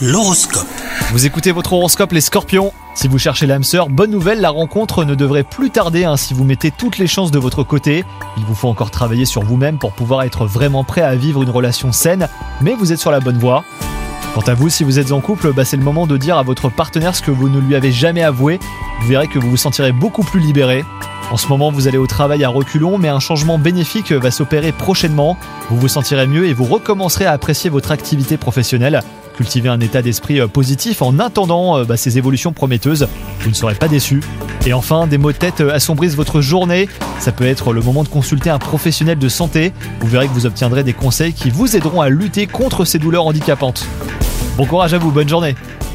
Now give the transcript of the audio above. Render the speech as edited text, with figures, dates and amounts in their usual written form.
L'horoscope. Vous écoutez votre horoscope les Scorpions. Si vous cherchez l'âme sœur, bonne nouvelle, la rencontre ne devrait plus tarder si vous mettez toutes les chances de votre côté. Il vous faut encore travailler sur vous-même pour pouvoir être vraiment prêt à vivre une relation saine, mais vous êtes sur la bonne voie. Quant à vous, si vous êtes en couple, c'est le moment de dire à votre partenaire ce que vous ne lui avez jamais avoué. Vous verrez que vous vous sentirez beaucoup plus libéré. En ce moment, vous allez au travail à reculons, mais un changement bénéfique va s'opérer prochainement. Vous vous sentirez mieux et vous recommencerez à apprécier votre activité professionnelle. Cultivez un état d'esprit positif en attendant ces évolutions prometteuses. Vous ne serez pas déçus. Et enfin, des maux de tête assombrissent votre journée. Ça peut être le moment de consulter un professionnel de santé. Vous verrez que vous obtiendrez des conseils qui vous aideront à lutter contre ces douleurs handicapantes. Bon courage à vous, bonne journée.